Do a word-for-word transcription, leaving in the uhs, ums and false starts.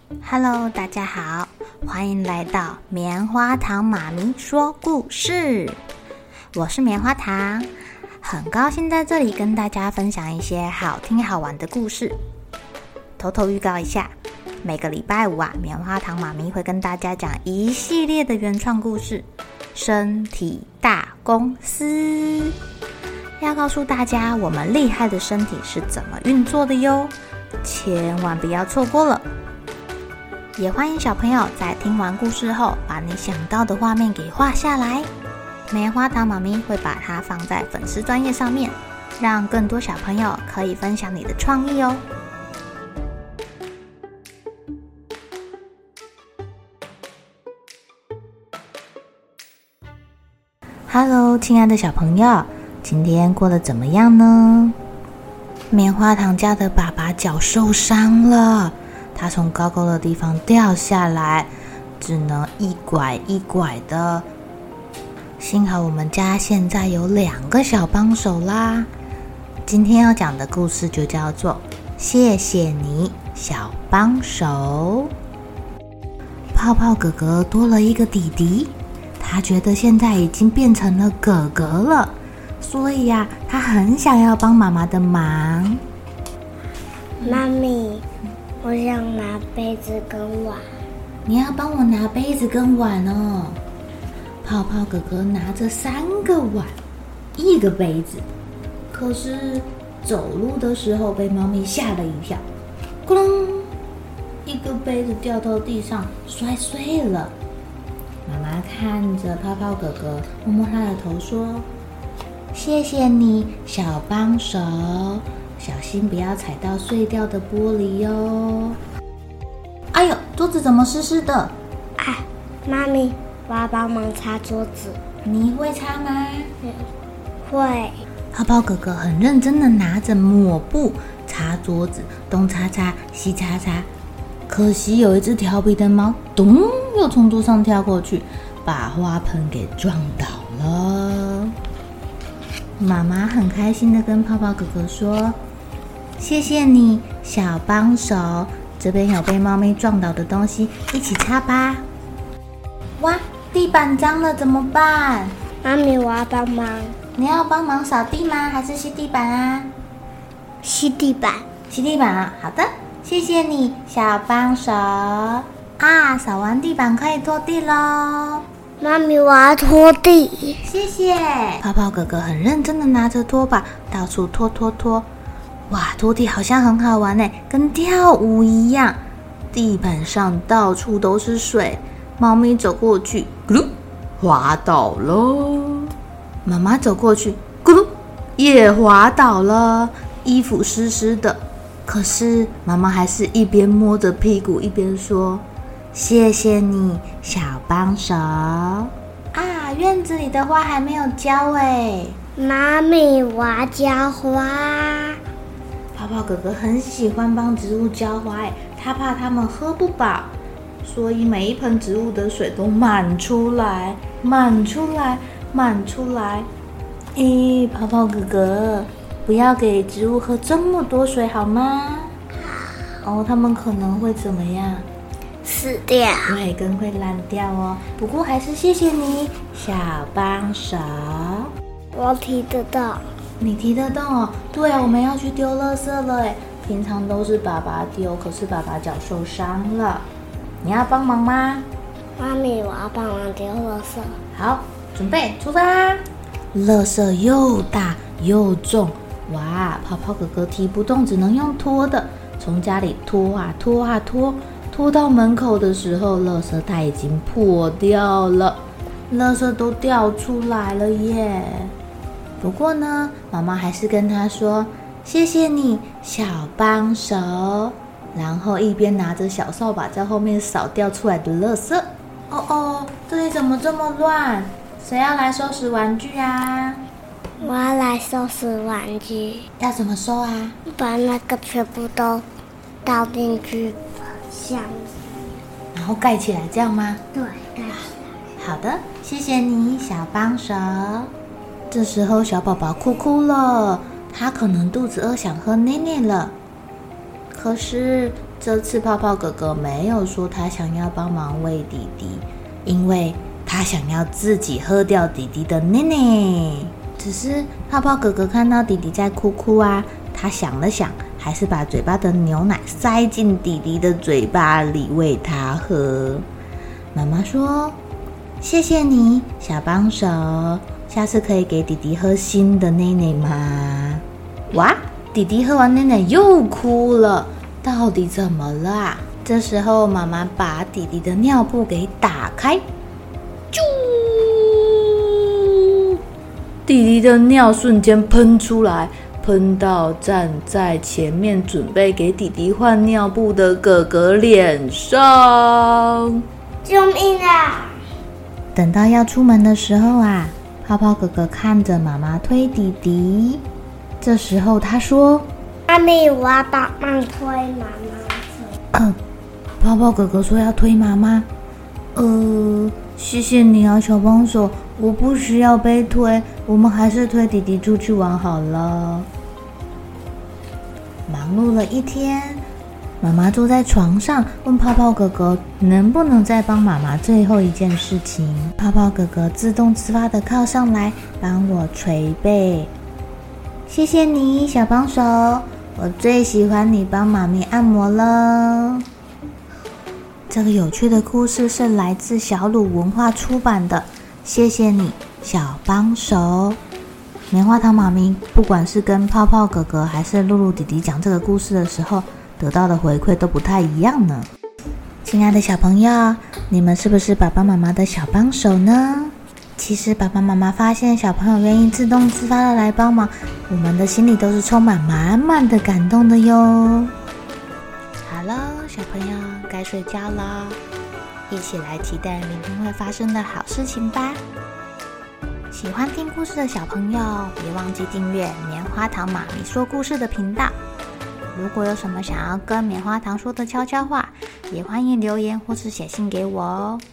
Hello， 大家好，欢迎来到棉花糖妈咪说故事。我是棉花糖，很高兴在这里跟大家分享一些好听好玩的故事。偷偷预告一下，每个礼拜五啊，棉花糖妈咪会跟大家讲一系列的原创故事。身体大公司要告诉大家我们厉害的身体是怎么运作的哟，千万不要错过了。也欢迎小朋友在听完故事后，把你想到的画面给画下来。棉花糖妈咪会把它放在粉丝专页上面，让更多小朋友可以分享你的创意哦。Hello， 亲爱的小朋友，今天过得怎么样呢？棉花糖家的爸爸脚受伤了，他从高高的地方掉下来，只能一拐一拐的。幸好我们家现在有两个小帮手啦。今天要讲的故事就叫做谢谢你小帮手。泡泡哥哥多了一个弟弟，他觉得现在已经变成了哥哥了，所以呀、啊，他很想要帮妈妈的忙。 妈咪，我想拿杯子跟碗。 你要帮我拿杯子跟碗哦。泡泡哥哥拿着三个碗，一个杯子，可是走路的时候被猫咪吓了一跳，咕隆，一个杯子掉到地上摔碎了。妈妈看着泡泡哥哥，摸摸他的头说：谢谢你小帮手，小心不要踩到碎掉的玻璃哟。哎呦，桌子怎么湿湿的？ 哎，妈咪，我要帮忙擦桌子。 你会擦吗？ 会。 泡泡哥哥很认真的拿着抹布擦桌子，东擦擦西擦擦。可惜有一只调皮的猫，咚，又从桌上跳过去，把花盆给撞倒了。妈妈很开心的跟泡泡哥哥说：谢谢你小帮手，这边有被猫咪撞倒的东西，一起擦吧。哇，地板脏了怎么办？ 妈咪，我要帮忙。 你要帮忙扫地吗？还是吸地板啊？ 吸地板。 吸地板啊，好的，谢谢你小帮手啊！扫完地板可以拖地咯。 妈咪，我要拖地。 谢谢。泡泡哥哥很认真的拿着拖把到处拖拖拖。哇，拖地好像很好玩耶，跟跳舞一样。地板上到处都是水，猫咪走过去，咕噜，滑倒了。妈妈走过去，咕噜，也滑倒了，衣服湿湿的。可是妈妈还是一边摸着屁股一边说：谢谢你小帮手啊！院子里的花还没有浇哎。 妈咪，我要浇花。 泡泡哥哥很喜欢帮植物浇花哎，他怕它们喝不饱，所以每一盆植物的水都满出来，满出来，满出来。诶，泡泡哥哥，不要给植物喝这么多水好吗？哦，它们可能会怎么样？ 死掉。 对，根会烂掉哦。不过还是谢谢你小帮手。 我提得到。 你提得动哦？对啊，我们要去丢垃圾了哎。平常都是爸爸丢，可是爸爸脚受伤了。你要帮忙吗？ 妈咪，我要帮忙丢垃圾。 好，准备出发。垃圾又大又重，哇！泡泡哥哥提不动，只能用拖的，从家里拖啊拖啊拖，拖到门口的时候，垃圾袋已经破掉了，垃圾都掉出来了耶。不过呢，妈妈还是跟他说：谢谢你小帮手，然后一边拿着小扫把在后面扫掉出来的垃圾。哦哦，这里怎么这么乱？谁要来收拾玩具啊？ 我要来收拾玩具。 要怎么收啊？ 把那个全部都倒进去箱子， 然后盖起来，这样吗？ 对，盖起来。 好的，谢谢你小帮手。这时候小宝宝哭哭了，他可能肚子饿想喝奶奶了。可是这次泡泡哥哥没有说他想要帮忙喂弟弟，因为他想要自己喝掉弟弟的奶奶。只是泡泡哥哥看到弟弟在哭哭啊，他想了想，还是把嘴巴的牛奶塞进弟弟的嘴巴里喂他喝。妈妈说：谢谢你，小帮手，下次可以给弟弟喝新的奶奶吗？哇，弟弟喝完奶奶又哭了，到底怎么了啊？这时候妈妈把弟弟的尿布给打开，啾，弟弟的尿瞬间喷出来，喷到站在前面准备给弟弟换尿布的哥哥脸上。 救命啊！ 等到要出门的时候啊，泡泡哥哥看着妈妈推弟弟，这时候他说： 妈咪，我要帮忙推妈妈车。 泡泡哥哥说要推妈妈。呃，谢谢你啊，小帮手，我不需要被推，我们还是推弟弟出去玩好了。忙碌了一天，妈妈坐在床上问泡泡哥哥能不能再帮妈妈最后一件事情。泡泡哥哥自动自发地靠上来帮我捶背。谢谢你，小帮手，我最喜欢你帮妈咪按摩了。这个有趣的故事是来自小鲁文化出版的，谢谢你，小帮手。棉花糖妈咪不管是跟泡泡哥哥还是露露弟弟讲这个故事的时候，得到的回馈都不太一样呢。亲爱的小朋友，你们是不是爸爸妈妈的小帮手呢？其实爸爸妈妈发现小朋友愿意自动自发的来帮忙，我们的心里都是充满满满的感动的哟。好了，小朋友该睡觉了，一起来期待明天会发生的好事情吧。喜欢听故事的小朋友，别忘记订阅棉花糖妈咪说故事的频道。如果有什么想要跟棉花糖说的悄悄话，也欢迎留言或是写信给我哦。